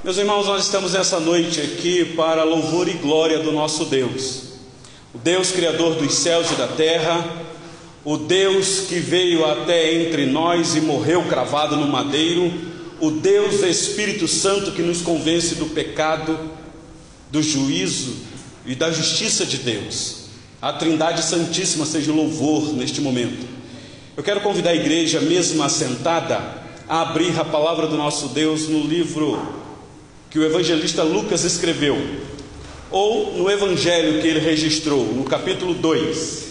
Meus irmãos, nós estamos nessa noite aqui para louvor e glória do nosso Deus, o Deus Criador dos céus e da terra, o Deus que veio até entre nós e morreu cravado no madeiro, o Deus Espírito Santo que nos convence do pecado, do juízo e da justiça de Deus. A Trindade Santíssima seja louvor neste momento. Eu quero convidar a igreja, mesmo assentada, a abrir a palavra do nosso Deus no livro que o evangelista Lucas escreveu, ou no evangelho que ele registrou, no capítulo 2.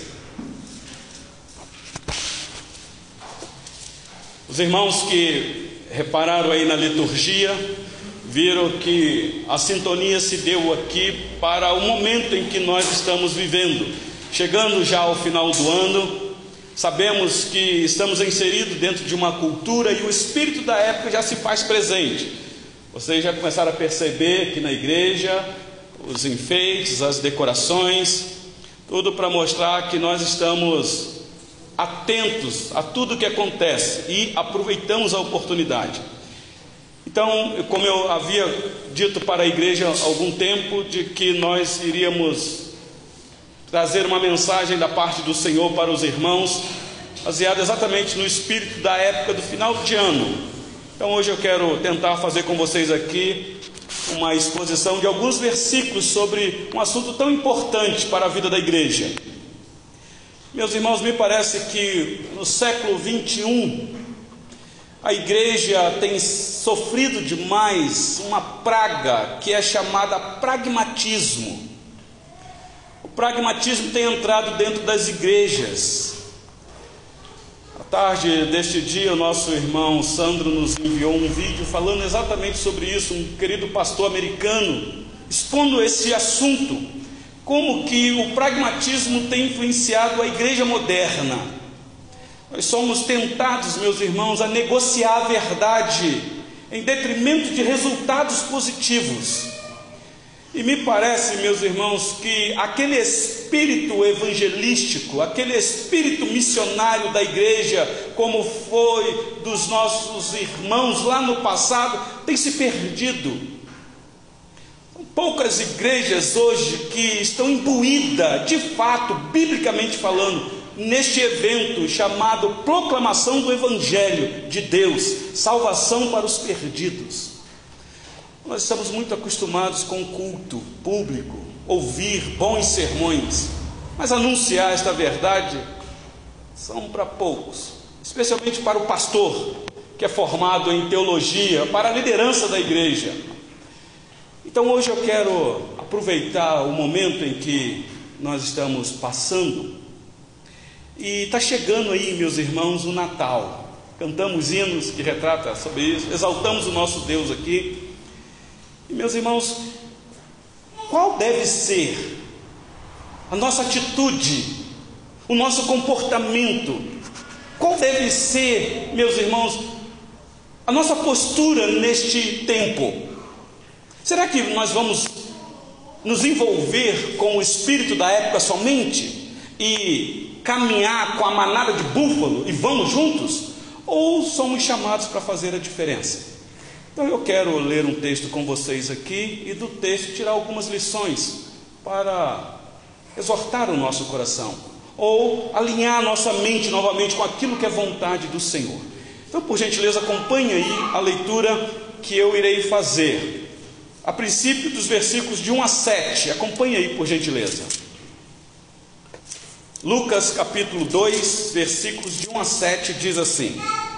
Os irmãos que repararam aí na liturgia, viram que a sintonia se deu aqui para o momento em que nós estamos vivendo, chegando já ao final do ano. Sabemos que estamos inseridos dentro de uma cultura e o espírito da época já se faz presente. Vocês já começaram a perceber aqui na igreja os enfeites, as decorações, tudo para mostrar que nós estamos atentos a tudo que acontece e aproveitamos a oportunidade. Então, como eu havia dito para a igreja há algum tempo, de que nós iríamos trazer uma mensagem da parte do Senhor para os irmãos, baseada exatamente no espírito da época do final de ano. Então hoje eu quero tentar fazer com vocês aqui uma exposição de alguns versículos sobre um assunto tão importante para a vida da igreja. Meus irmãos, me parece que no século 21 a igreja tem sofrido demais uma praga que é chamada pragmatismo. O pragmatismo tem entrado dentro das igrejas. Tarde deste dia, o nosso irmão Sandro nos enviou um vídeo falando exatamente sobre isso, um querido pastor americano, expondo esse assunto, como que o pragmatismo tem influenciado a igreja moderna. Nós somos tentados, meus irmãos, a negociar a verdade em detrimento de resultados positivos. E me parece, meus irmãos, que aquele espírito evangelístico, aquele espírito missionário da igreja, como foi dos nossos irmãos lá no passado, tem se perdido. São poucas igrejas hoje que estão imbuídas, de fato, biblicamente falando, neste evento chamado proclamação do Evangelho de Deus, salvação para os perdidos. Nós estamos muito acostumados com o culto público, ouvir bons sermões, mas anunciar esta verdade são para poucos, especialmente para o pastor, que é formado em teologia, para a liderança da igreja. Então hoje eu quero aproveitar o momento em que nós estamos passando, e está chegando aí, meus irmãos, o Natal. Cantamos hinos que retratam sobre isso, exaltamos o nosso Deus aqui. E, meus irmãos, qual deve ser a nossa atitude, o nosso comportamento? Qual deve ser, meus irmãos, a nossa postura neste tempo? Será que nós vamos nos envolver com o espírito da época somente e caminhar com a manada de búfalo e vamos juntos? Ou somos chamados para fazer a diferença? Então eu quero ler um texto com vocês aqui e do texto tirar algumas lições para exortar o nosso coração ou alinhar a nossa mente novamente com aquilo que é vontade do Senhor. Então, por gentileza, acompanhe aí a leitura que eu irei fazer. A princípio dos versículos de 1 a 7, acompanhe aí por gentileza. Lucas capítulo 2, versículos de 1 a 7 diz assim: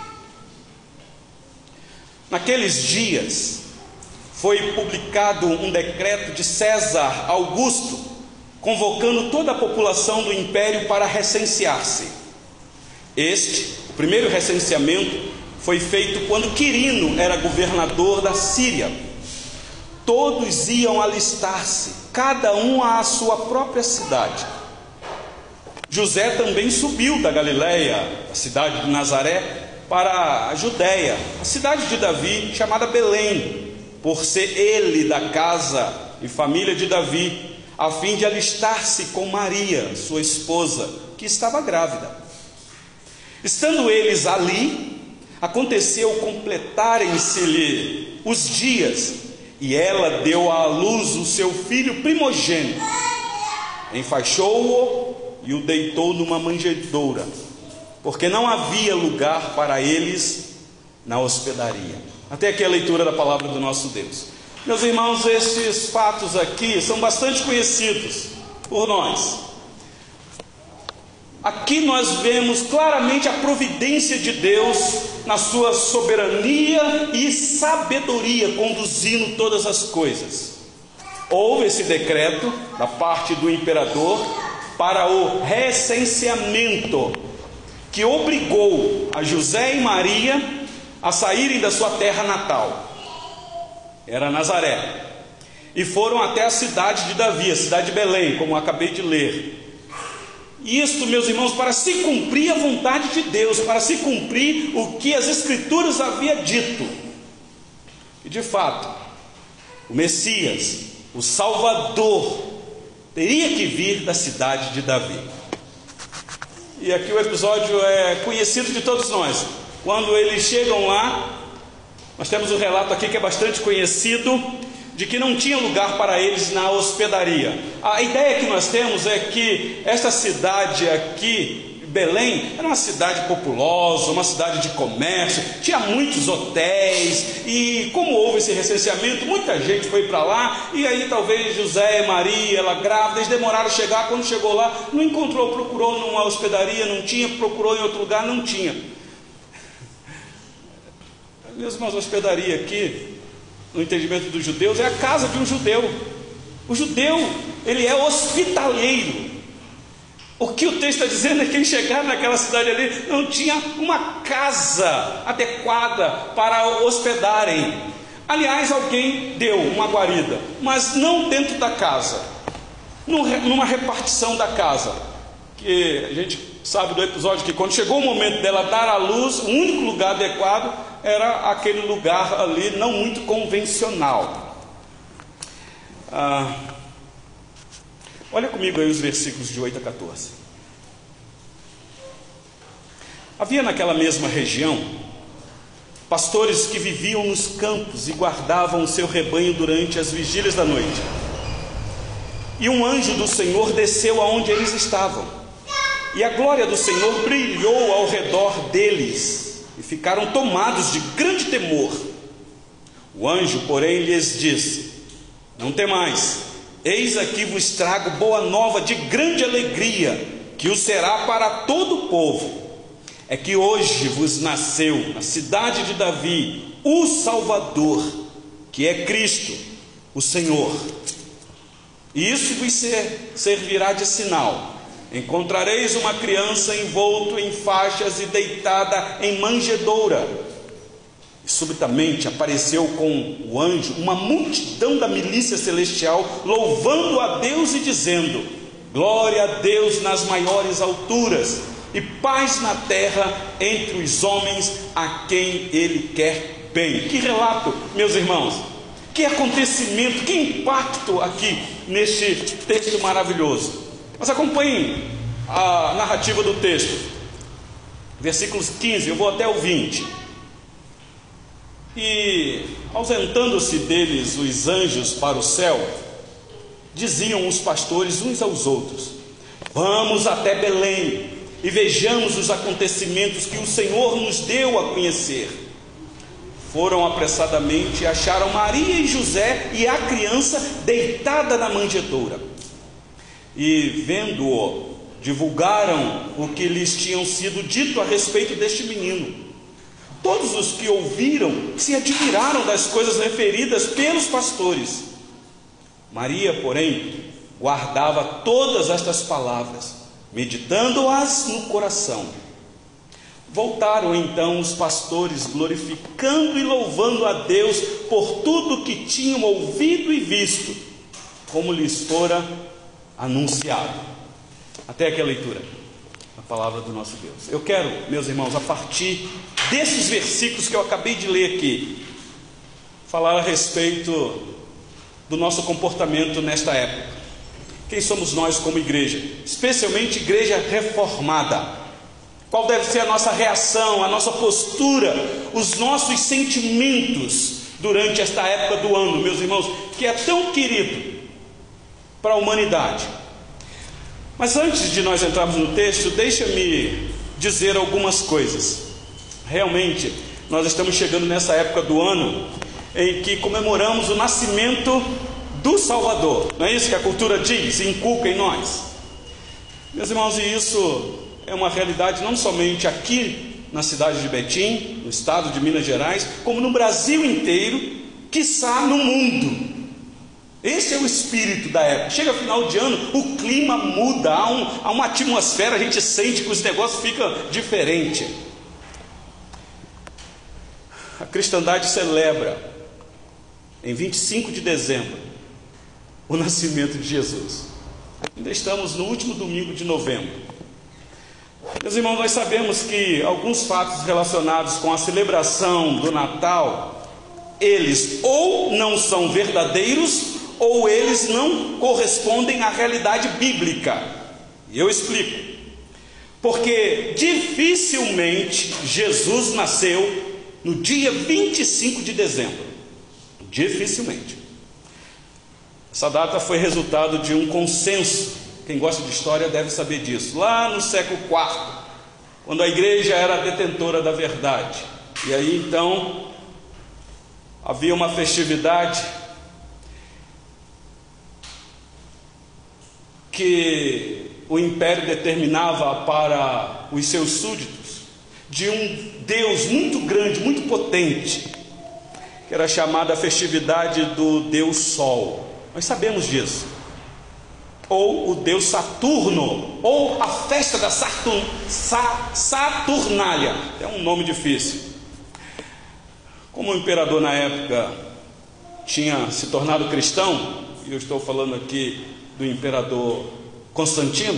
Naqueles dias foi publicado um decreto de César Augusto, convocando toda a população do império para recensear-se. O primeiro recenseamento, foi feito quando Quirino era governador da Síria. Todos iam alistar-se, cada um à sua própria cidade. José também subiu da Galiléia, a cidade de Nazaré, para a Judéia, a cidade de Davi, chamada Belém, por ser ele da casa e família de Davi, a fim de alistar-se com Maria, sua esposa, que estava grávida. Estando eles ali, aconteceu completarem-se-lhe os dias e ela deu à luz o seu filho primogênito, enfaixou-o e o deitou numa manjedoura, porque não havia lugar para eles na hospedaria. Até aqui a leitura da palavra do nosso Deus. Meus irmãos, estes fatos aqui são bastante conhecidos por nós. Aqui nós vemos claramente a providência de Deus na sua soberania e sabedoria, conduzindo todas as coisas. Houve esse decreto da parte do imperador para o recenseamento, que obrigou a José e Maria a saírem da sua terra natal, era Nazaré, e foram até a cidade de Davi, a cidade de Belém, como acabei de ler. Isto, meus irmãos, para se cumprir a vontade de Deus, para se cumprir o que as Escrituras haviam dito. E de fato, o Messias, o Salvador, teria que vir da cidade de Davi. E aqui o episódio é conhecido de todos nós. Quando eles chegam lá, nós temos um relato aqui que é bastante conhecido, de que não tinha lugar para eles na hospedaria. A ideia que nós temos é que esta cidade aqui, Belém, era uma cidade populosa, uma cidade de comércio, tinha muitos hotéis, e como houve esse recenseamento, muita gente foi para lá, e aí talvez José, Maria, ela grávida, eles demoraram a chegar. Quando chegou lá, não encontrou, procurou numa hospedaria, não tinha, procurou em outro lugar, não tinha. Meus irmãos, a hospedaria aqui, no entendimento dos judeus, é a casa de um judeu. O judeu, ele é hospitaleiro. O que o texto está dizendo é que eles chegaram naquela cidade ali, não tinha uma casa adequada para hospedarem. Aliás, alguém deu uma guarida, mas não dentro da casa, numa repartição da casa. Que a gente sabe do episódio que quando chegou o momento dela dar à luz, o único lugar adequado era aquele lugar ali, não muito convencional. Olha comigo aí os versículos de 8 a 14. Havia naquela mesma região pastores que viviam nos campos e guardavam o seu rebanho durante as vigílias da noite. E um anjo do Senhor desceu aonde eles estavam, e a glória do Senhor brilhou ao redor deles, e ficaram tomados de grande temor. O anjo, porém, lhes disse: não temais, eis aqui vos trago boa nova de grande alegria, que o será para todo o povo. É que hoje vos nasceu na cidade de Davi o Salvador, que é Cristo, o Senhor. E isso vos servirá de sinal: encontrareis uma criança envolta em faixas e deitada em manjedoura. E subitamente apareceu com o anjo uma multidão da milícia celestial, louvando a Deus e dizendo: glória a Deus nas maiores alturas, e paz na terra entre os homens a quem Ele quer bem. Que relato, meus irmãos! Que acontecimento, que impacto aqui neste texto maravilhoso. Mas acompanhem a narrativa do texto, versículos 15, eu vou até o 20. E ausentando-se deles os anjos para o céu, diziam os pastores uns aos outros: vamos até Belém e vejamos os acontecimentos que o Senhor nos deu a conhecer. Foram apressadamente e acharam Maria e José e a criança deitada na manjedoura. E vendo-o, divulgaram o que lhes tinham sido dito a respeito deste menino. Todos os que ouviram se admiraram das coisas referidas pelos pastores. Maria, porém, guardava todas estas palavras, meditando-as no coração. Voltaram então os pastores, glorificando e louvando a Deus por tudo que tinham ouvido e visto, como lhes fora anunciado. Até aqui a leitura da palavra do nosso Deus. Eu quero, meus irmãos, a partir desses versículos que eu acabei de ler aqui, falar a respeito do nosso comportamento nesta época. Quem somos nós como igreja? Especialmente igreja reformada. Qual deve ser a nossa reação, a nossa postura, os nossos sentimentos durante esta época do ano, meus irmãos, que é tão querido para a humanidade. Mas antes de nós entrarmos no texto, deixa-me dizer algumas coisas. Realmente, nós estamos chegando nessa época do ano em que comemoramos o nascimento do Salvador. Não é isso que a cultura diz e inculca em nós? Meus irmãos, e isso é uma realidade não somente aqui na cidade de Betim, no estado de Minas Gerais, como no Brasil inteiro, quiçá no mundo. Esse é o espírito da época. Chega final de ano, o clima muda, há uma atmosfera, a gente sente que os negócios ficam diferentes. A cristandade celebra, em 25 de dezembro, o nascimento de Jesus. Ainda estamos no último domingo de novembro. Meus irmãos, nós sabemos que alguns fatos relacionados com a celebração do Natal, eles ou não são verdadeiros, ou eles não correspondem à realidade bíblica. E eu explico. Porque dificilmente Jesus nasceu no dia 25 de dezembro. Dificilmente. Essa data foi resultado de um consenso. Quem gosta de história deve saber disso. Lá no século IV, quando a igreja era detentora da verdade. E aí então havia uma festividade que o império determinava para os seus súditos, de um Deus muito grande, muito potente, que era chamada a festividade do Deus Sol. Nós sabemos disso. Ou o Deus Saturno, ou a festa da Saturnália. É um nome difícil. Como o imperador na época tinha se tornado cristão, e eu estou falando aqui do imperador Constantino,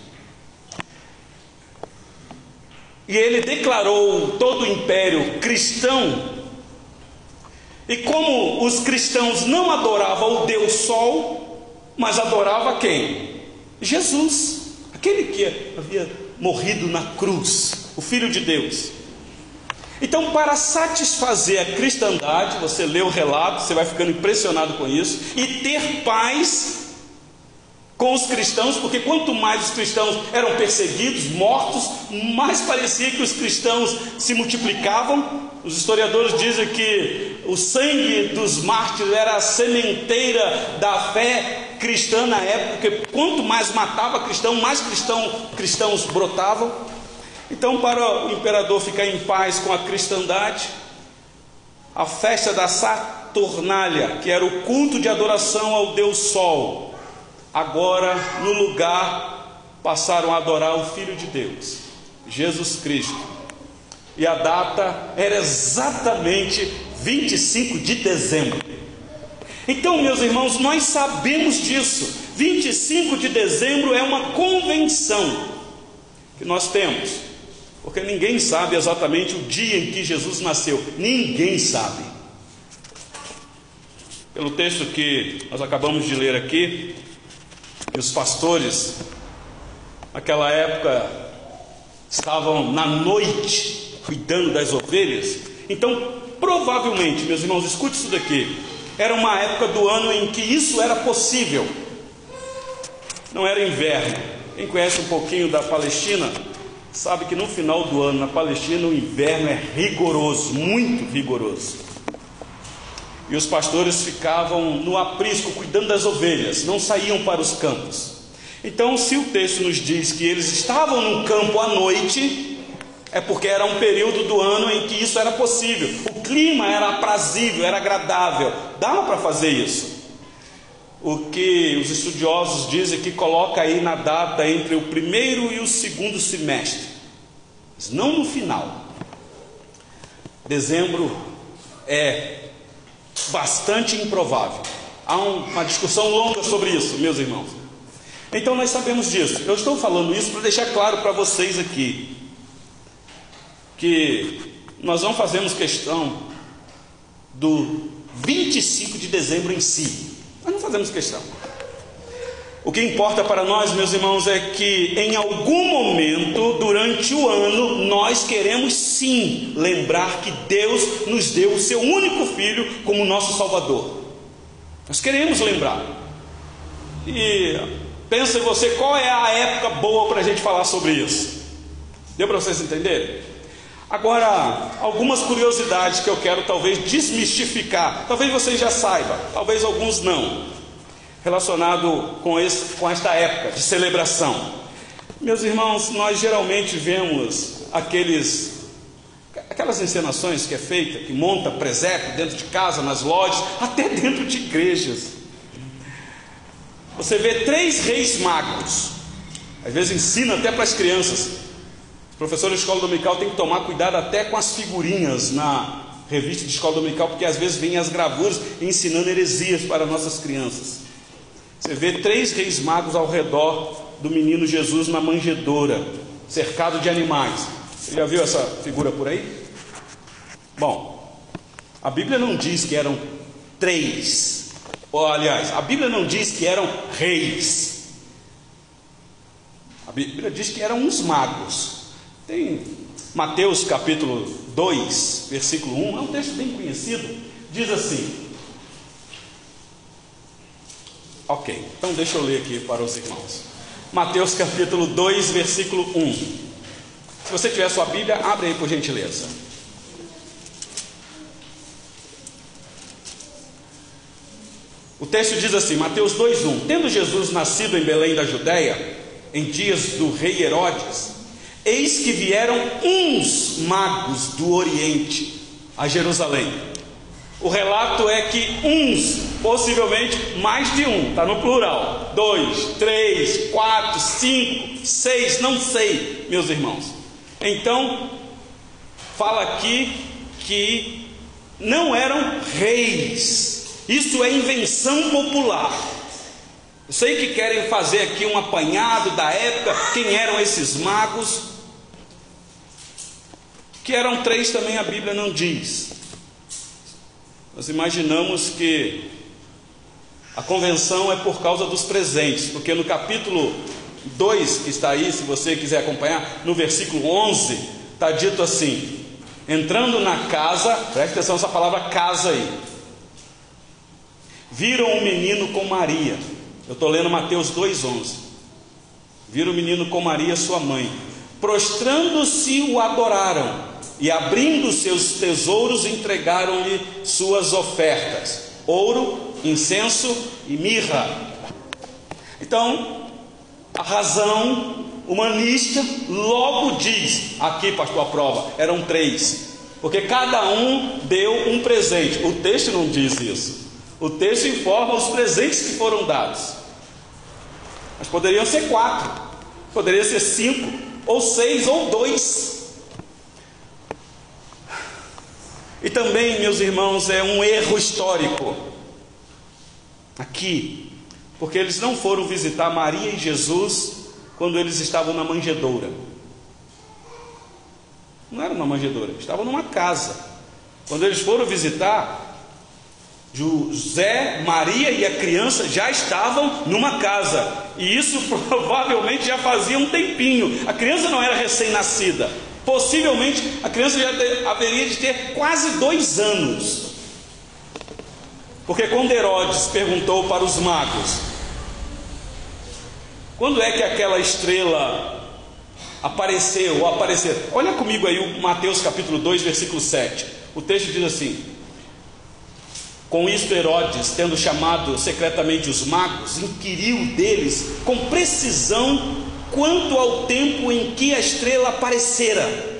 e ele declarou todo o império cristão, e como os cristãos não adoravam o Deus Sol, mas adoravam quem? Jesus, aquele que havia morrido na cruz, o Filho de Deus. Então, para satisfazer a cristandade, você lê o relato, você vai ficando impressionado com isso, e ter paz com os cristãos, porque quanto mais os cristãos eram perseguidos, mortos, mais parecia que os cristãos se multiplicavam. Os historiadores dizem que o sangue dos mártires era a sementeira da fé cristã na época, porque quanto mais matava cristão, mais cristãos brotavam. Então, para o imperador ficar em paz com a cristandade, a festa da Saturnália, que era o culto de adoração ao Deus Sol, agora no lugar passaram a adorar o Filho de Deus, Jesus Cristo. E a data era exatamente 25 de dezembro. Então, meus irmãos, nós sabemos disso. 25 de dezembro é uma convenção que nós temos, porque ninguém sabe exatamente o dia em que Jesus nasceu. Ninguém sabe. Pelo texto que nós acabamos de ler aqui, e os pastores naquela época estavam na noite cuidando das ovelhas. Então, provavelmente, meus irmãos, escute isso daqui, era uma época do ano em que isso era possível. Não era inverno. Quem conhece um pouquinho da Palestina sabe que no final do ano na Palestina o inverno é rigoroso, muito rigoroso. E os pastores ficavam no aprisco cuidando das ovelhas, não saíam para os campos. Então, se o texto nos diz que eles estavam no campo à noite, é porque era um período do ano em que isso era possível. O clima era aprazível, era agradável, dava para fazer isso. O que os estudiosos dizem que coloca aí na data entre o primeiro e o segundo semestre, mas não no final. Dezembro é bastante improvável. Há uma discussão longa sobre isso, meus irmãos. Então nós sabemos disso. Eu estou falando isso para deixar claro para vocês aqui que nós não fazemos questão do 25 de dezembro em si. Nós não fazemos questão. O que importa para nós, meus irmãos, é que em algum momento durante o ano nós queremos sim lembrar que Deus nos deu o seu único filho como nosso Salvador. Nós queremos lembrar. E pensa em você, qual é a época boa para a gente falar sobre isso? Deu para vocês entenderem? Agora, algumas curiosidades que eu quero talvez desmistificar. Talvez vocês já saibam, talvez alguns não, relacionado com esta época de celebração. Meus irmãos, nós geralmente vemos aquelas encenações que é feita, que monta presépio dentro de casa, nas lojas, até dentro de igrejas. Você vê 3 reis magos, às vezes ensina até para as crianças. Os professores de escola dominical têm que tomar cuidado até com as figurinhas na revista de escola dominical, porque às vezes vêm as gravuras ensinando heresias para nossas crianças. Você vê 3 reis magos ao redor do menino Jesus na manjedoura, cercado de animais. Você já viu essa figura por aí? Bom, a Bíblia não diz que eram 3. Aliás, a Bíblia não diz que eram reis. A Bíblia diz que eram uns magos. Tem Mateus capítulo 2, versículo 1, é um texto bem conhecido. Diz assim... Ok, então deixa eu ler aqui para os irmãos. Mateus capítulo 2, versículo 1. Se você tiver sua Bíblia, abre aí por gentileza. O texto diz assim, Mateus 2:1: Tendo Jesus nascido em Belém da Judéia, em dias do rei Herodes, eis que vieram uns magos do Oriente a Jerusalém. O relato é que uns, possivelmente mais de um, está no plural, 2, 3, 4, 5, 6, não sei, meus irmãos. Então, fala aqui que não eram reis, isso é invenção popular. Eu sei que querem fazer aqui um apanhado da época, quem eram esses magos, que eram 3 também a Bíblia não diz. Nós imaginamos que a convenção é por causa dos presentes, porque no capítulo 2, que está aí, se você quiser acompanhar, no versículo 11, está dito assim: entrando na casa, preste atenção nessa palavra casa aí, viram um menino com Maria. Eu estou lendo Mateus 2:11. Viram o menino com Maria, sua mãe, prostrando-se o adoraram, e abrindo seus tesouros entregaram-lhe suas ofertas, ouro, incenso e mirra. Então, a razão humanista logo diz, aqui pastor, a prova, eram 3, porque cada um deu um presente. O texto não diz isso, o texto informa os presentes que foram dados, mas poderiam ser 4, poderia ser 5, ou 6, ou 2. E também, meus irmãos, é um erro histórico aqui, porque eles não foram visitar Maria e Jesus quando eles estavam na manjedoura. Não era uma manjedoura, estavam numa casa. Quando eles foram visitar, José, Maria e a criança já estavam numa casa, e isso provavelmente já fazia um tempinho. A criança não era recém-nascida. Possivelmente a criança já haveria de ter quase 2 anos. Porque quando Herodes perguntou para os magos, quando é que aquela estrela apareceu ou aparecer? Olha comigo aí o Mateus capítulo 2, versículo 7. O texto diz assim: com isto Herodes, tendo chamado secretamente os magos, inquiriu deles com precisão quanto ao tempo em que a estrela aparecera.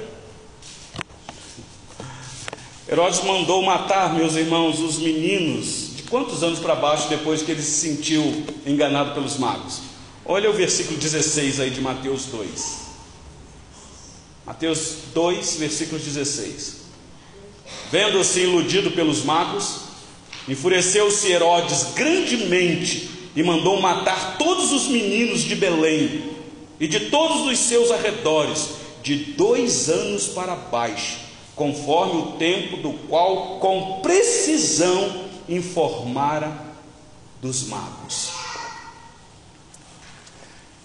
Herodes mandou matar, meus irmãos, os meninos de quantos anos para baixo, depois que ele se sentiu enganado pelos magos? Olha o versículo 16 aí de Mateus 2. Mateus 2, versículo 16. Vendo-se iludido pelos magos, enfureceu-se Herodes grandemente e mandou matar todos os meninos de Belém e de todos os seus arredores, de 2 anos para baixo, conforme o tempo do qual com precisão informara dos magos.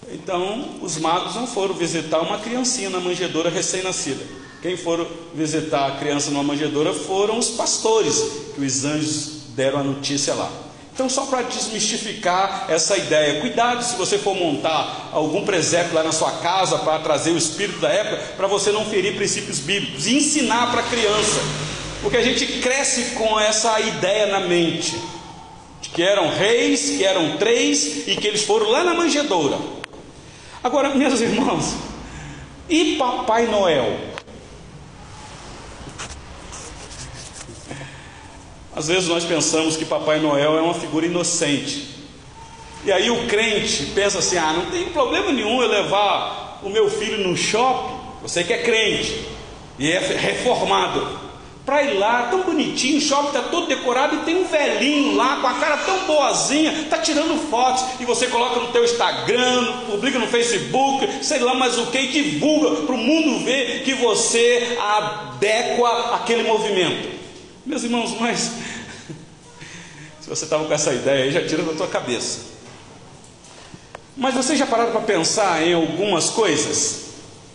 Então, os magos não foram visitar uma criancinha na manjedoura recém-nascida. Quem foram visitar a criança numa manjedoura foram os pastores, que os anjos deram a notícia lá. Então, só para desmistificar essa ideia, cuidado se você for montar algum presépio lá na sua casa para trazer o espírito da época, para você não ferir princípios bíblicos e ensinar para a criança, porque a gente cresce com essa ideia na mente, de que eram reis, que eram 3 e que eles foram lá na manjedoura. Agora, meus irmãos, e Papai Noel? Às vezes nós pensamos que Papai Noel é uma figura inocente. E aí o crente pensa assim: ah, não tem problema nenhum eu levar o meu filho no shopping. Você que é crente e é reformado, para ir lá, tão bonitinho, o shopping está todo decorado e tem um velhinho lá com a cara tão boazinha, está tirando fotos, e você coloca no teu Instagram, publica no Facebook, sei lá mais o que, e divulga para o mundo ver que você adequa aquele movimento. Meus irmãos, mas se você estava com essa ideia aí, já tira da tua cabeça. Mas vocês já pararam para pensar em algumas coisas?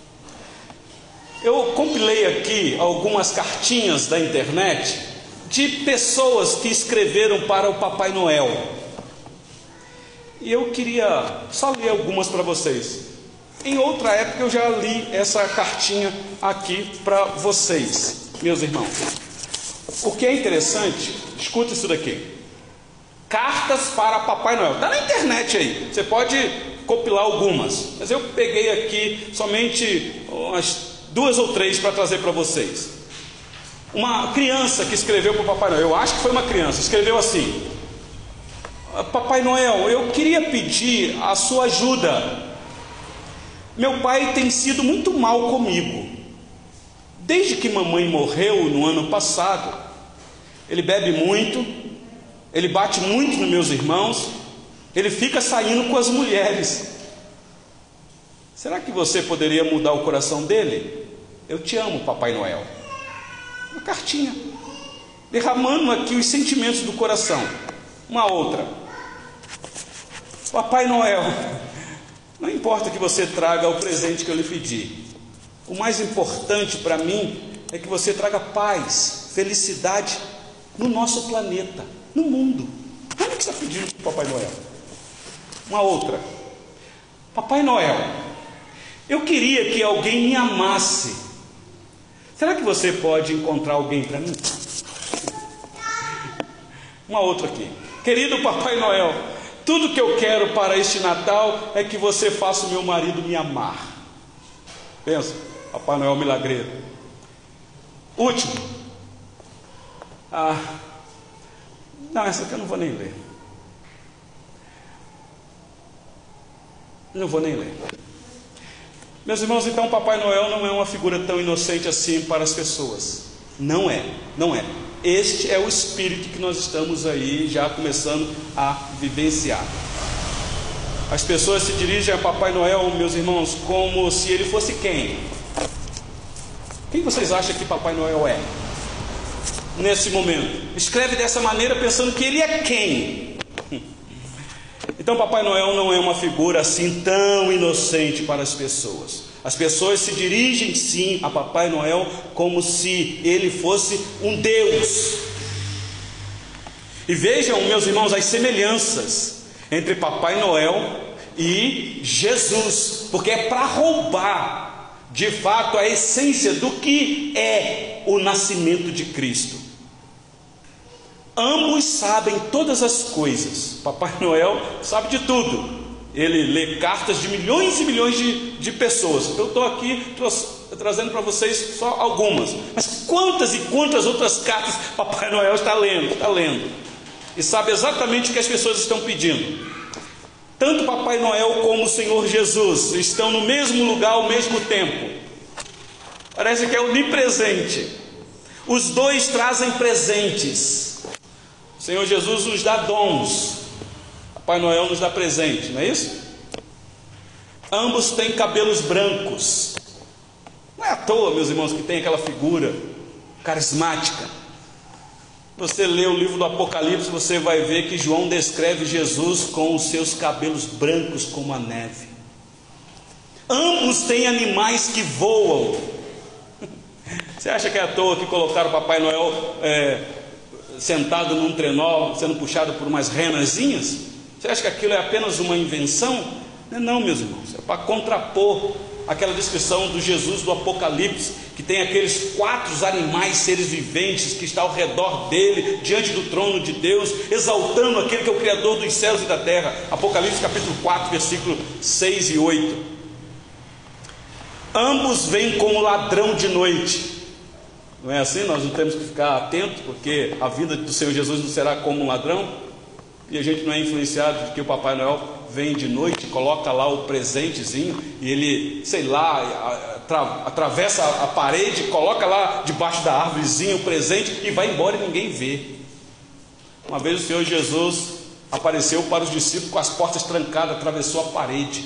Eu compilei aqui algumas cartinhas da internet de pessoas que escreveram para o Papai Noel. E eu queria só ler algumas para vocês. Em outra época eu já li essa cartinha aqui para vocês, meus irmãos. O que é interessante, escuta isso daqui: cartas para Papai Noel. Está na internet aí, você pode compilar algumas, mas eu peguei aqui somente umas 2 ou 3 para trazer para vocês. Uma criança que escreveu para o Papai Noel, eu acho que foi uma criança, escreveu assim: Papai Noel, eu queria pedir a sua ajuda. Meu pai tem sido muito mal comigo. Desde que mamãe morreu no ano passado, ele bebe muito, ele bate muito nos meus irmãos, ele fica saindo com as mulheres. Será que você poderia mudar o coração dele? Eu te amo, Papai Noel. Uma cartinha, derramando aqui os sentimentos do coração. Uma outra: Papai Noel, não importa que você traga o presente que eu lhe pedi, o mais importante para mim é que você traga paz, felicidade no nosso planeta, no mundo. Olha o que você está pedindo para o Papai Noel. Uma outra: Papai Noel, eu queria que alguém me amasse. Será que você pode encontrar alguém para mim? Uma outra aqui: querido Papai Noel, tudo que eu quero para este Natal é que você faça o meu marido me amar. Pensa, Papai Noel milagreiro. Último: não, essa aqui eu não vou nem ler. Não vou nem ler. Meus irmãos, então Papai Noel não é uma figura tão inocente assim para as pessoas. Não é, não é. Este é o espírito que nós estamos aí já começando a vivenciar. As pessoas se dirigem a Papai Noel, meus irmãos, como se ele fosse quem? Quem vocês acham que Papai Noel é? Nesse momento, escreve dessa maneira pensando que ele é quem? Então Papai Noel não é uma figura assim tão inocente para as pessoas. As pessoas se dirigem sim a Papai Noel como se ele fosse um Deus. E vejam, meus irmãos, as semelhanças entre Papai Noel e Jesus, porque é para roubar de fato a essência do que é o nascimento de Cristo. Ambos sabem todas as coisas. Papai Noel sabe de tudo. Ele lê cartas de milhões e milhões de pessoas. Eu estou aqui trazendo para vocês só algumas. Mas quantas e quantas outras cartas Papai Noel está lendo. E sabe exatamente o que as pessoas estão pedindo. Tanto Papai Noel como o Senhor Jesus estão no mesmo lugar ao mesmo tempo. Parece que é onipresente. Os dois trazem presentes. O Senhor Jesus nos dá dons, Papai Noel nos dá presente, não é isso? Ambos têm cabelos brancos. Não é à toa, meus irmãos, que tem aquela figura carismática. Você lê o livro do Apocalipse, você vai ver que João descreve Jesus com os seus cabelos brancos como a neve. Ambos têm animais que voam. Você acha que é à toa que colocaram o Papai Noel sentado num trenó, sendo puxado por umas renazinhas? Você acha que aquilo é apenas uma invenção? Não, meus irmãos, é para contrapor aquela descrição do Jesus do Apocalipse, que tem aqueles 4 animais, seres viventes, que está ao redor dele, diante do trono de Deus, exaltando aquele que é o Criador dos céus e da terra. Apocalipse capítulo 4, versículo 6 e 8. Ambos vêm como ladrão de noite. Não é assim? Nós não temos que ficar atentos, porque a vinda do Senhor Jesus não será como um ladrão, e a gente não é influenciado de que o Papai Noel vem de noite, coloca lá o presentezinho, e ele, sei lá, atravessa a parede, coloca lá debaixo da árvorezinha o presente e vai embora e ninguém vê. Uma vez o Senhor Jesus apareceu para os discípulos com as portas trancadas, atravessou a parede.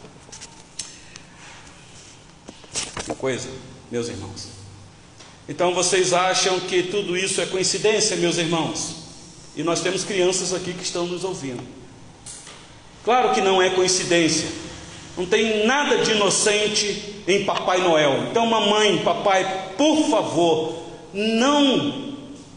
Que coisa, meus irmãos. Então vocês acham que tudo isso é coincidência, meus irmãos? E nós temos crianças aqui que estão nos ouvindo. Claro que não é coincidência. Não tem nada de inocente em Papai Noel. Então, mamãe, papai, por favor, não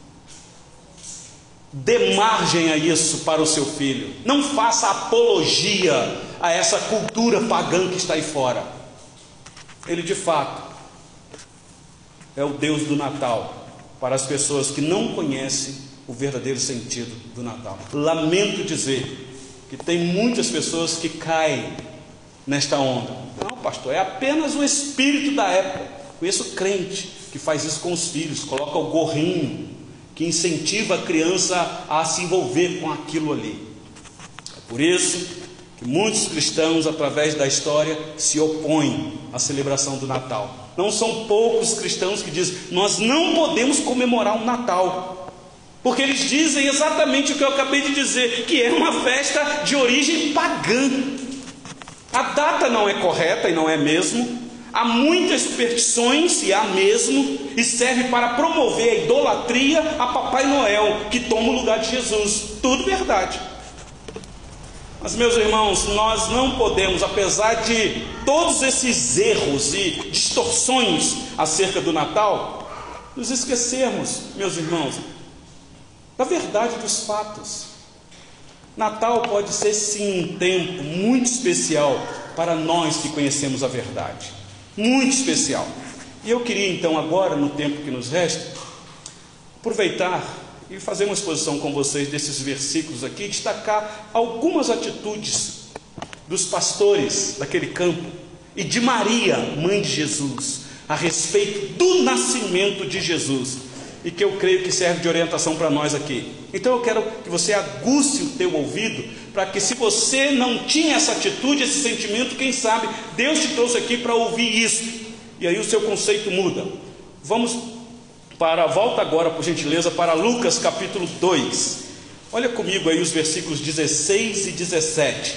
dê margem a isso para o seu filho. Não faça apologia a essa cultura pagã que está aí fora. Ele de fato é o Deus do Natal para as pessoas que não conhecem o verdadeiro sentido do Natal. Lamento dizer que tem muitas pessoas que caem nesta onda. Não, pastor, é apenas o espírito da época. Conheço crente que faz isso com os filhos, coloca o gorrinho, que incentiva a criança a se envolver com aquilo ali. É por isso que muitos cristãos, através da história, se opõem à celebração do Natal. Não são poucos cristãos que dizem: nós não podemos comemorar um Natal, porque eles dizem exatamente o que eu acabei de dizer, que é uma festa de origem pagã. A data não é correta, e não é mesmo. Há muitas superstições, e há mesmo, e serve para promover a idolatria a Papai Noel, que toma o lugar de Jesus. Tudo verdade. Mas, meus irmãos, nós não podemos, apesar de todos esses erros e distorções acerca do Natal, nos esquecermos, meus irmãos, da verdade dos fatos. Natal pode ser sim um tempo muito especial para nós que conhecemos a verdade, muito especial. E eu queria então agora, no tempo que nos resta, aproveitar e fazer uma exposição com vocês desses versículos aqui, destacar algumas atitudes dos pastores daquele campo e de Maria, mãe de Jesus, a respeito do nascimento de Jesus, e que eu creio que serve de orientação para nós aqui. Então eu quero que você aguce o teu ouvido, para que, se você não tinha essa atitude, esse sentimento, quem sabe Deus te trouxe aqui para ouvir isso, e aí o seu conceito muda. Volta agora, por gentileza, para Lucas capítulo 2. Olha comigo aí os versículos 16 e 17.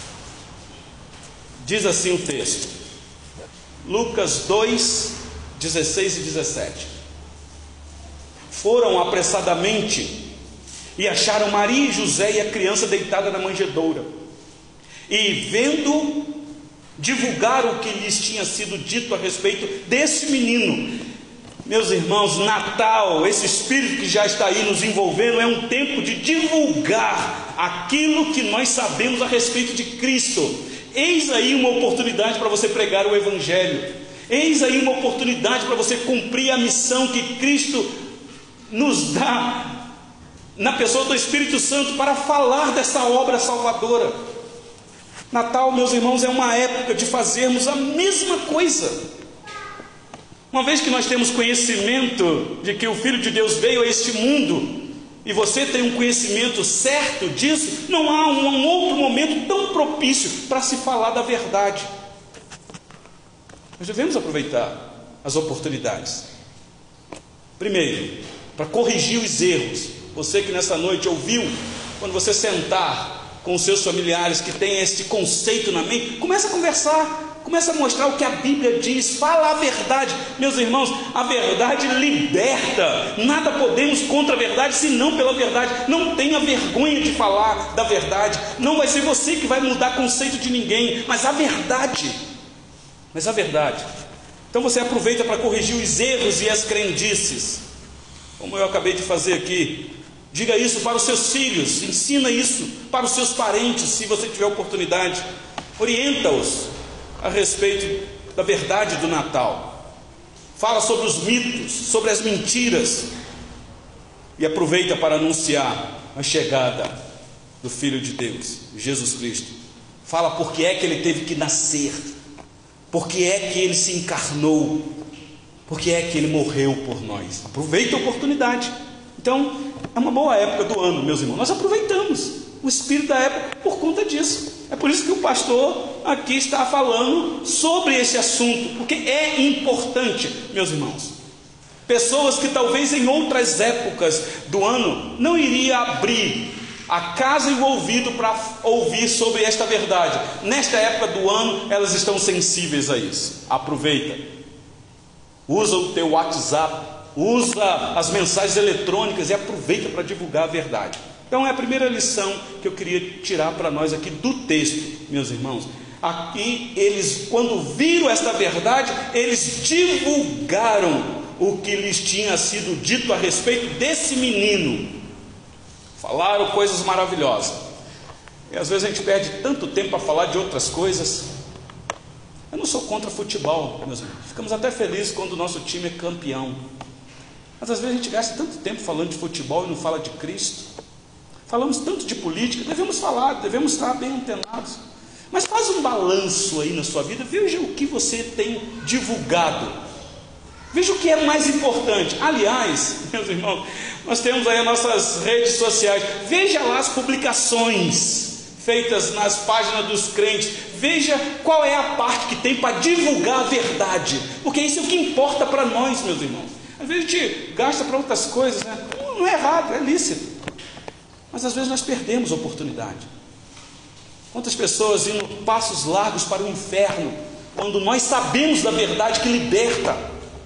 Diz assim o texto, Lucas 2, 16 e 17. Foram apressadamente e acharam Maria e José e a criança deitada na manjedoura, e vendo, divulgaram o que lhes tinha sido dito a respeito desse menino. Meus irmãos, Natal, esse espírito que já está aí nos envolvendo, é um tempo de divulgar aquilo que nós sabemos a respeito de Cristo. Eis aí uma oportunidade para você pregar o Evangelho. Eis aí uma oportunidade para você cumprir a missão que Cristo nos dá na pessoa do Espírito Santo, para falar dessa obra salvadora. Natal, meus irmãos, é uma época de fazermos a mesma coisa. Uma vez que nós temos conhecimento de que o Filho de Deus veio a este mundo, e você tem um conhecimento certo disso, não há um outro momento tão propício para se falar da verdade. Nós devemos aproveitar as oportunidades. Primeiro, para corrigir os erros. Você que nessa noite ouviu, quando você sentar com os seus familiares que têm este conceito na mente, começa a conversar, começa a mostrar o que a Bíblia diz, fala a verdade. Meus irmãos, a verdade liberta. Nada podemos contra a verdade, senão pela verdade. Não tenha vergonha de falar da verdade. Não vai ser você que vai mudar conceito de ninguém, mas a verdade. mas a verdade. Então você aproveita para corrigir os erros e as crendices, como eu acabei de fazer aqui. Diga isso para os seus filhos, ensina isso para os seus parentes, se você tiver oportunidade. Orienta-os a respeito da verdade do Natal. Fala sobre os mitos, sobre as mentiras, e aproveita para anunciar a chegada do Filho de Deus, Jesus Cristo. Fala por que é que ele teve que nascer, por que é que ele se encarnou, por que é que ele morreu por nós. Aproveita a oportunidade. Então, é uma boa época do ano, meus irmãos. Nós aproveitamos o espírito da época por conta disso. É por isso que o pastor aqui está falando sobre esse assunto, porque é importante, meus irmãos. Pessoas que talvez em outras épocas do ano não iriam abrir a casa e o ouvido para ouvir sobre esta verdade. Nesta época do ano, elas estão sensíveis a isso. Aproveita. Usa o teu WhatsApp, usa as mensagens eletrônicas e aproveita para divulgar a verdade. Então é a primeira lição que eu queria tirar para nós aqui do texto, meus irmãos. Aqui eles, quando viram esta verdade, eles divulgaram o que lhes tinha sido dito a respeito desse menino. Falaram coisas maravilhosas. E às vezes a gente perde tanto tempo para falar de outras coisas. Eu não sou contra futebol, meus irmãos. Ficamos até felizes quando o nosso time é campeão. Mas às vezes a gente gasta tanto tempo falando de futebol e não fala de Cristo. Falamos tanto de política, devemos falar, devemos estar bem antenados. Mas faz um balanço aí na sua vida, veja o que você tem divulgado. Veja o que é mais importante. Aliás, meus irmãos, nós temos aí as nossas redes sociais. Veja lá as publicações feitas nas páginas dos crentes. Veja qual é a parte que tem para divulgar a verdade. Porque isso é o que importa para nós, meus irmãos. Às vezes a gente gasta para outras coisas, né? Não é errado, é lícito. Mas às vezes nós perdemos a oportunidade. Quantas pessoas indo passos largos para o inferno, quando nós sabemos da verdade que liberta.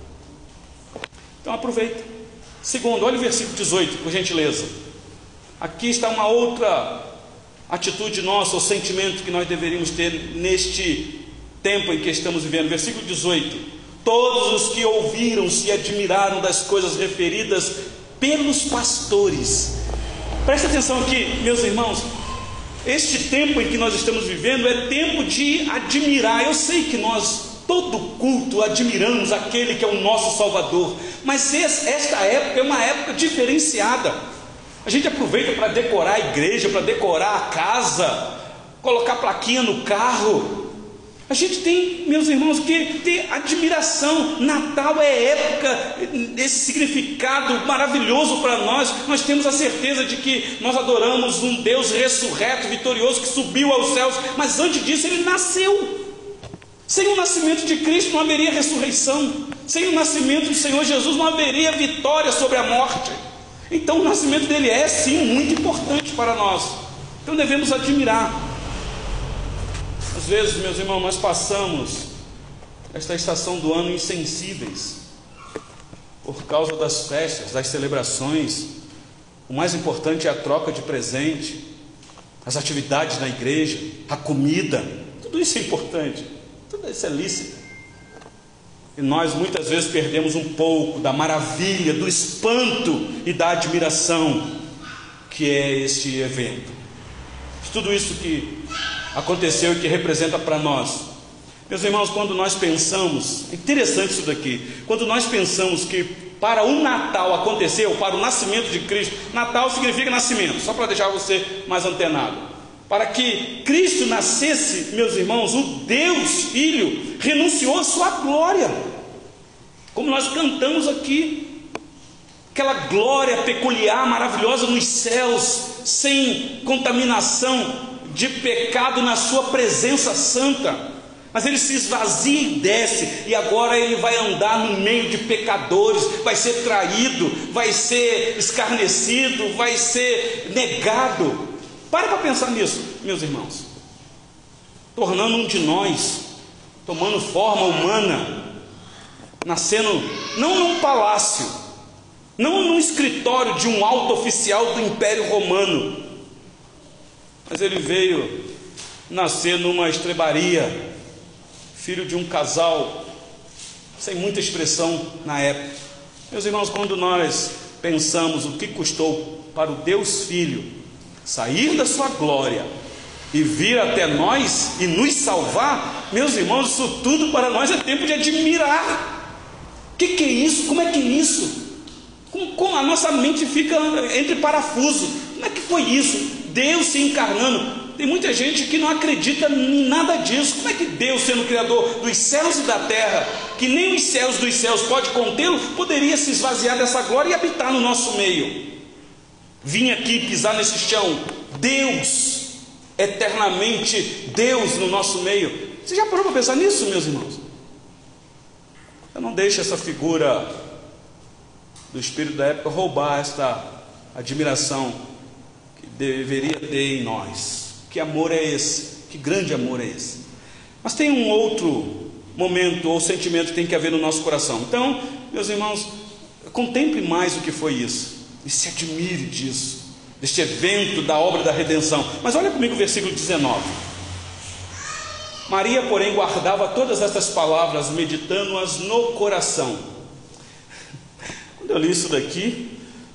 Então aproveita. Segundo, olha o versículo 18, por gentileza. Aqui está uma outra atitude nossa, ou sentimento que nós deveríamos ter neste tempo em que estamos vivendo. Versículo 18: todos os que ouviram se admiraram das coisas referidas pelos pastores. Presta atenção aqui, meus irmãos. Este tempo em que nós estamos vivendo é tempo de admirar. Eu sei que nós, todo culto, admiramos aquele que é o nosso Salvador, mas esta época é uma época diferenciada. A gente aproveita para decorar a igreja, para decorar a casa, colocar plaquinha no carro. A gente tem, meus irmãos, que ter admiração. Natal é época, esse significado maravilhoso para nós. Nós temos a certeza de que nós adoramos um Deus ressurreto, vitorioso, que subiu aos céus, mas antes disso ele nasceu. Sem o nascimento de Cristo não haveria ressurreição. Sem o nascimento do Senhor Jesus não haveria vitória sobre a morte. Então o nascimento dele é sim muito importante para nós. Então devemos admirar. Às vezes, meus irmãos, nós passamos esta estação do ano insensíveis por causa das festas, das celebrações. O mais importante é a troca de presente, as atividades na igreja, a comida. Tudo isso é importante, tudo isso é lícito. E nós muitas vezes perdemos um pouco da maravilha, do espanto e da admiração que é este evento. Tudo isso que aconteceu e que representa para nós. Meus irmãos, quando nós pensamos, é interessante isso daqui, quando nós pensamos que para o Natal aconteceu, para o nascimento de Cristo, Natal significa nascimento, só para deixar você mais antenado. Para que Cristo nascesse, meus irmãos, o Deus Filho renunciou à sua glória, como nós cantamos aqui, aquela glória peculiar, maravilhosa nos céus, sem contaminação de pecado, na sua presença santa. Mas ele se esvazia e desce, e agora ele vai andar no meio de pecadores, vai ser traído, vai ser escarnecido, vai ser negado. Para pensar nisso, meus irmãos. Tornando um de nós, tomando forma humana, nascendo não num palácio, não num escritório de um alto oficial do Império Romano, mas ele veio nascer numa estrebaria, filho de um casal sem muita expressão na época. Meus irmãos, quando nós pensamos o que custou para o Deus Filho sair da sua glória e vir até nós e nos salvar, meus irmãos, isso tudo para nós é tempo de admirar. O que é isso? Como é que é isso? Como a nossa mente fica entre parafuso. Como é que foi isso? Deus se encarnando. Tem muita gente que não acredita em nada disso. Como é que Deus, sendo Criador dos céus e da terra, que nem os céus dos céus pode contê-lo, poderia se esvaziar dessa glória e habitar no nosso meio? Vim aqui pisar nesse chão. Deus, eternamente Deus no nosso meio. Você já parou para pensar nisso, meus irmãos? Eu não deixo essa figura do espírito da época roubar esta admiração que deveria ter em nós. Que amor é esse? Que grande amor é esse? Mas tem um outro momento ou sentimento que tem que haver no nosso coração. Então, meus irmãos, contemple mais o que foi isso e se admire disso, deste evento da obra da redenção. Mas olha comigo o versículo 19. Maria, porém, guardava todas estas palavras, meditando-as no coração. Quando eu li isso daqui,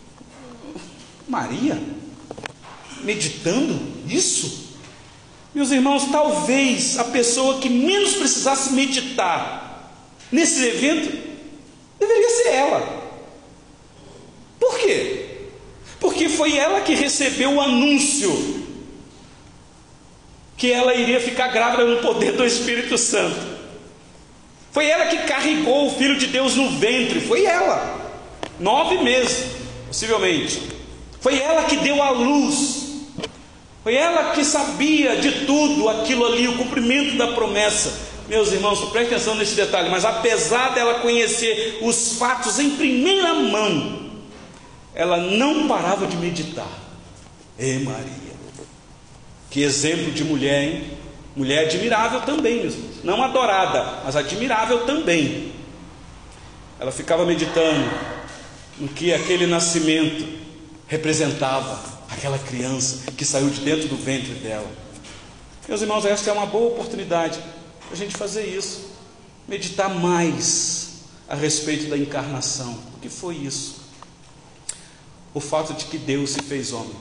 Maria meditando isso? Meus irmãos, talvez a pessoa que menos precisasse meditar nesse evento deveria ser ela. Por quê? Porque foi ela que recebeu o anúncio que ela iria ficar grávida no poder do Espírito Santo. Foi ela que carregou o Filho de Deus no ventre. Foi ela, 9 meses, possivelmente. Foi ela que deu a luz. Foi ela que sabia de tudo aquilo ali, o cumprimento da promessa. Meus irmãos, prestem atenção nesse detalhe. Mas apesar dela conhecer os fatos em primeira mão, ela não parava de meditar. Ei, Maria, que exemplo de mulher, hein? Mulher admirável também, meus irmãos. Não adorada, mas admirável também. Ela ficava meditando no que aquele nascimento representava. Aquela criança que saiu de dentro do ventre dela. Meus irmãos, esta é uma boa oportunidade para a gente fazer isso. Meditar mais a respeito da encarnação. O que foi isso? O fato de que Deus se fez homem.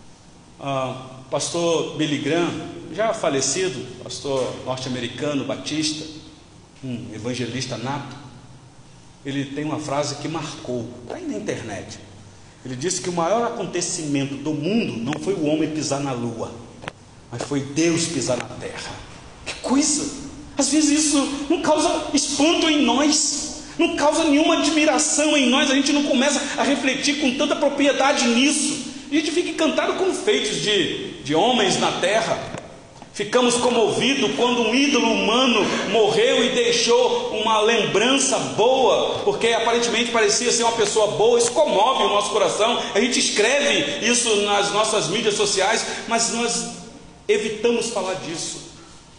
Pastor Billy Graham, já falecido, pastor norte-americano, batista, um evangelista nato, ele tem uma frase que marcou, está aí na internet. Ele disse que o maior acontecimento do mundo não foi o homem pisar na lua, mas foi Deus pisar na terra. Que coisa! Às vezes isso não causa espanto em nós, não causa nenhuma admiração em nós. A gente não começa a refletir com tanta propriedade nisso. A gente fica encantado com feitos de homens na terra. Ficamos comovidos quando um ídolo humano morreu e deixou uma lembrança boa, porque aparentemente parecia ser uma pessoa boa. Isso comove o nosso coração. A gente escreve isso nas nossas mídias sociais, mas nós evitamos falar disso.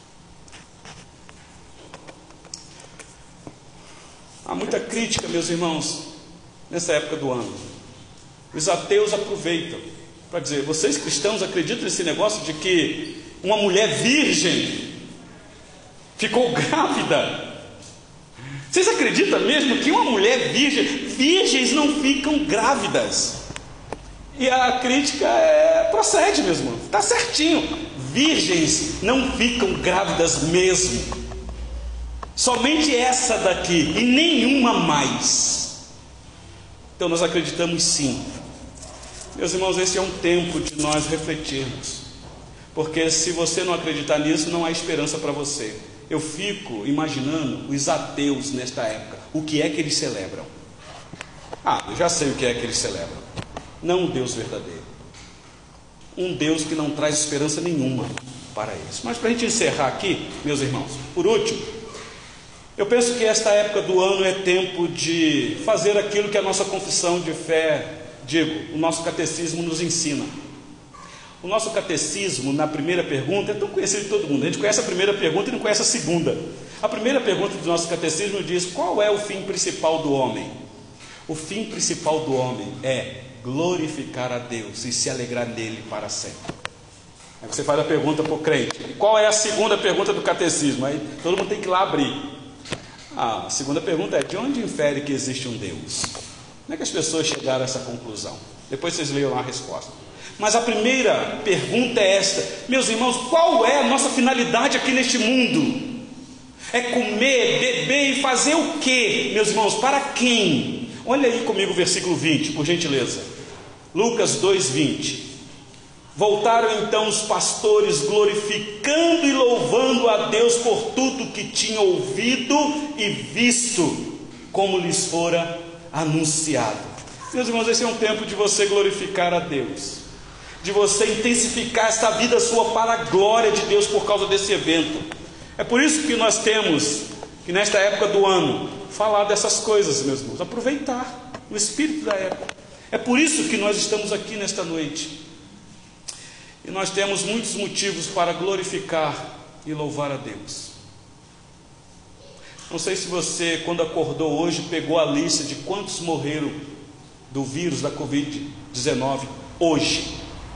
Há muita crítica, meus irmãos, nessa época do ano. Os ateus aproveitam para dizer: vocês cristãos acreditam nesse negócio de que uma mulher virgem ficou grávida? Vocês acreditam mesmo que uma mulher virgem, virgens não ficam grávidas? E a crítica procede mesmo, está certinho. Virgens não ficam grávidas mesmo. Somente essa daqui e nenhuma mais. Então nós acreditamos sim. Meus irmãos, esse é um tempo de nós refletirmos. Porque se você não acreditar nisso, não há esperança para você. Eu fico imaginando os ateus nesta época. O que é que eles celebram? Eu já sei o que é que eles celebram. Não um Deus verdadeiro. Um Deus que não traz esperança nenhuma para eles. Mas para a gente encerrar aqui, meus irmãos, por último, eu penso que esta época do ano é tempo de fazer aquilo que a nossa confissão de fé, o nosso catecismo nos ensina. O nosso catecismo, na primeira pergunta, é tão conhecido de todo mundo. A gente conhece a primeira pergunta e não conhece a segunda. A primeira pergunta do nosso catecismo diz: qual é o fim principal do homem? O fim principal do homem é glorificar a Deus e se alegrar nele para sempre. Aí você faz a pergunta para o crente: e qual é a segunda pergunta do catecismo? Aí todo mundo tem que ir lá abrir. A segunda pergunta é: de onde infere que existe um Deus? Como é que as pessoas chegaram a essa conclusão? Depois vocês leiam a resposta. Mas a primeira pergunta é esta: meus irmãos, qual é a nossa finalidade aqui neste mundo? É comer, beber e fazer o quê, meus irmãos? Para quem? Olha aí comigo o versículo 20, por gentileza. Lucas 2:20. Voltaram então os pastores, glorificando e louvando a Deus por tudo que tinham ouvido e visto, como lhes fora anunciado. Meus irmãos, esse é um tempo de você glorificar a Deus, de você intensificar esta vida sua para a glória de Deus por causa desse evento. É por isso que nós temos que nesta época do ano falar dessas coisas, meus irmãos, aproveitar o espírito da época. É por isso que nós estamos aqui nesta noite. E nós temos muitos motivos para glorificar e louvar a Deus. Não sei se você, quando acordou hoje, pegou a lista de quantos morreram do vírus da Covid-19 hoje.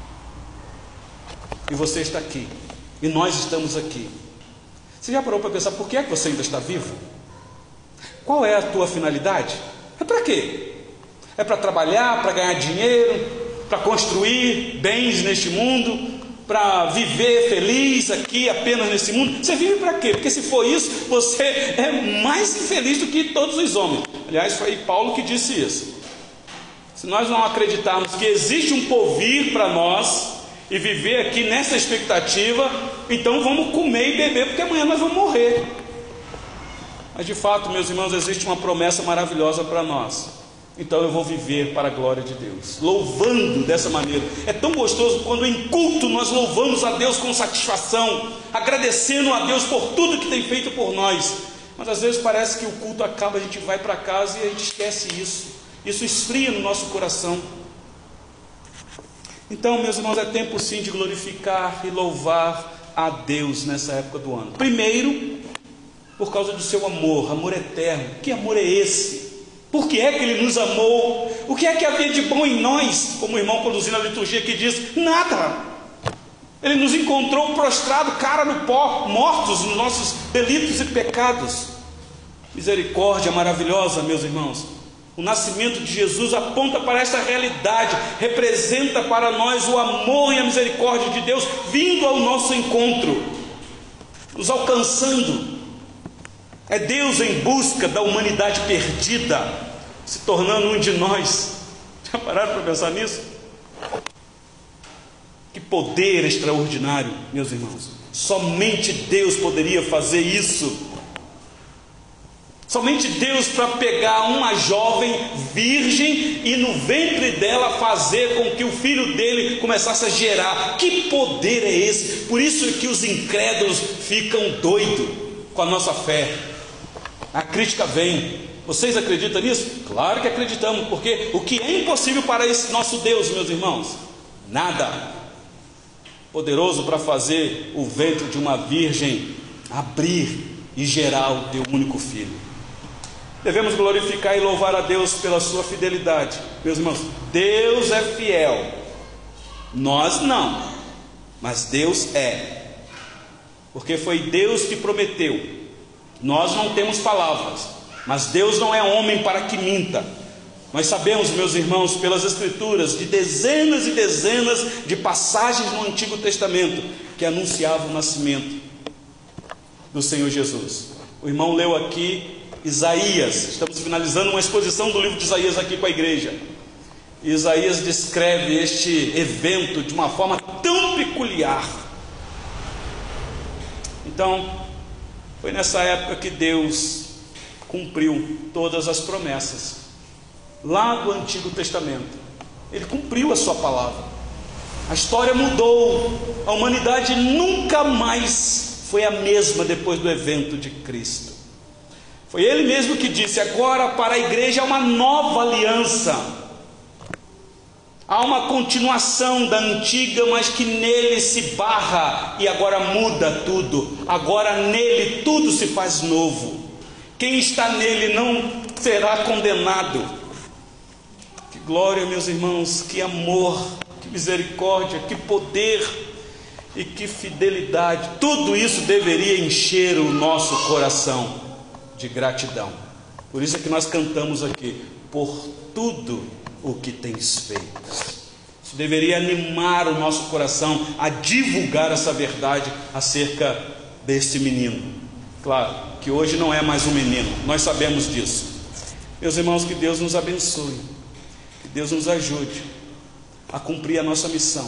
E você está aqui, e nós estamos aqui. Você já parou para pensar por que é que você ainda está vivo? Qual é a tua finalidade? É para quê? É para trabalhar, para ganhar dinheiro, para construir bens neste mundo, para viver feliz aqui apenas nesse mundo? Você vive para quê? Porque se for isso, você é mais infeliz do que todos os homens. Aliás, foi Paulo que disse isso. Se nós não acreditarmos que existe um porvir para nós e viver aqui nessa expectativa, então vamos comer e beber, porque amanhã nós vamos morrer. Mas de fato, meus irmãos, existe uma promessa maravilhosa para nós. Então eu vou viver para a glória de Deus, louvando dessa maneira. É tão gostoso quando em culto nós louvamos a Deus com satisfação, agradecendo a Deus por tudo que tem feito por nós. Mas às vezes parece que o culto acaba, a gente vai para casa e a gente esquece isso. Isso esfria no nosso coração. Então, meus irmãos, é tempo sim de glorificar e louvar a Deus nessa época do ano. Primeiro, por causa do seu amor, amor eterno. Que amor é esse? Por que é que Ele nos amou? O que é que havia de bom em nós? Como o irmão conduzindo a liturgia que diz: nada. Ele nos encontrou prostrado, cara no pó, mortos nos nossos delitos e pecados. Misericórdia maravilhosa, meus irmãos. O nascimento de Jesus aponta para esta realidade, representa para nós o amor e a misericórdia de Deus vindo ao nosso encontro, nos alcançando. É Deus em busca da humanidade perdida, se tornando um de nós. Já pararam para pensar nisso? Que poder extraordinário, meus irmãos. Somente Deus poderia fazer isso. Somente Deus para pegar uma jovem virgem e no ventre dela fazer com que o filho dele começasse a gerar. Que poder é esse? Por isso que os incrédulos ficam doidos com a nossa fé. A crítica vem: vocês acreditam nisso? Claro que acreditamos, porque o que é impossível para esse nosso Deus, meus irmãos? Nada. Poderoso para fazer o ventre de uma virgem abrir e gerar o teu único filho. Devemos glorificar e louvar a Deus pela sua fidelidade. Meus irmãos, Deus é fiel. Nós não, mas Deus é. Porque foi Deus que prometeu. Nós não temos palavras, mas Deus não é homem para que minta. Nós sabemos, meus irmãos, pelas Escrituras, de dezenas e dezenas de passagens no Antigo Testamento que anunciavam o nascimento do Senhor Jesus. O irmão leu aqui Isaías. Estamos finalizando uma exposição do livro de Isaías aqui com a igreja. E Isaías descreve este evento de uma forma tão peculiar. Então, foi nessa época que Deus cumpriu todas as promessas lá do Antigo Testamento. Ele cumpriu a sua palavra. A história mudou. A humanidade nunca mais foi a mesma depois do evento de Cristo. Foi Ele mesmo que disse: agora para a igreja há uma nova aliança. Há uma continuação da antiga, mas que nele se barra e agora muda tudo. Agora nele tudo se faz novo. Quem está nele não será condenado. Glória, meus irmãos, que amor, que misericórdia, que poder, e que fidelidade, tudo isso deveria encher o nosso coração de gratidão. Por isso é que nós cantamos aqui: por tudo o que tens feito. Isso deveria animar o nosso coração a divulgar essa verdade acerca deste menino. Claro que hoje não é mais um menino, nós sabemos disso. Meus irmãos, que Deus nos abençoe, que Deus nos ajude a cumprir a nossa missão,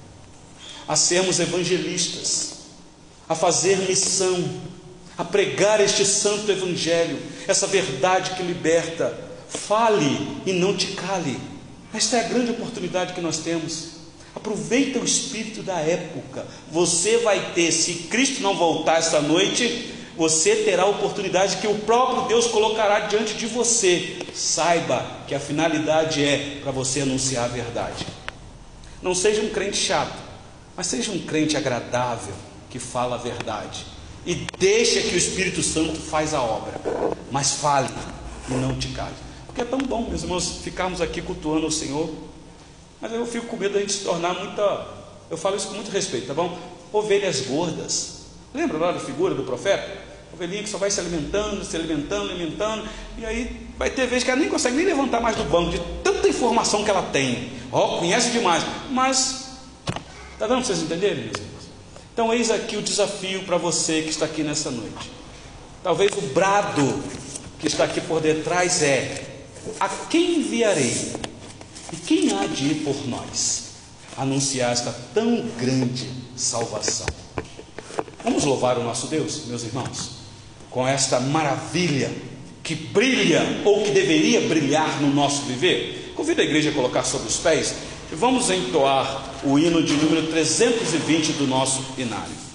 a sermos evangelistas, a fazer missão, a pregar este santo evangelho, essa verdade que liberta. Fale e não te cale. Esta é a grande oportunidade que nós temos. Aproveita o espírito da época. Você vai ter, se Cristo não voltar esta noite, você terá a oportunidade que o próprio Deus colocará diante de você. Saiba que a finalidade é para você anunciar a verdade. Não seja um crente chato, mas seja um crente agradável, que fala a verdade, e deixa que o Espírito Santo faz a obra. Mas fale e não te cale. Porque é tão bom, meus irmãos, ficarmos aqui cultuando o Senhor, mas eu fico com medo da gente se tornar eu falo isso com muito respeito, tá bom? Ovelhas gordas. Lembra lá da figura do profeta? Ovelhinha que só vai se alimentando, e aí vai ter vezes que ela nem consegue nem levantar mais do banco, de tanta informação que ela tem. Conhece demais, mas está dando para vocês entenderem, meus irmãos? Então eis aqui o desafio para você que está aqui nessa noite. Talvez o brado que está aqui por detrás é: a quem enviarei? E quem há de ir por nós anunciar esta tão grande salvação? Vamos louvar o nosso Deus, meus irmãos, com esta maravilha que brilha, ou que deveria brilhar no nosso viver. Convido a igreja a colocar sobre os pés e vamos entoar o hino de número 320 do nosso inário.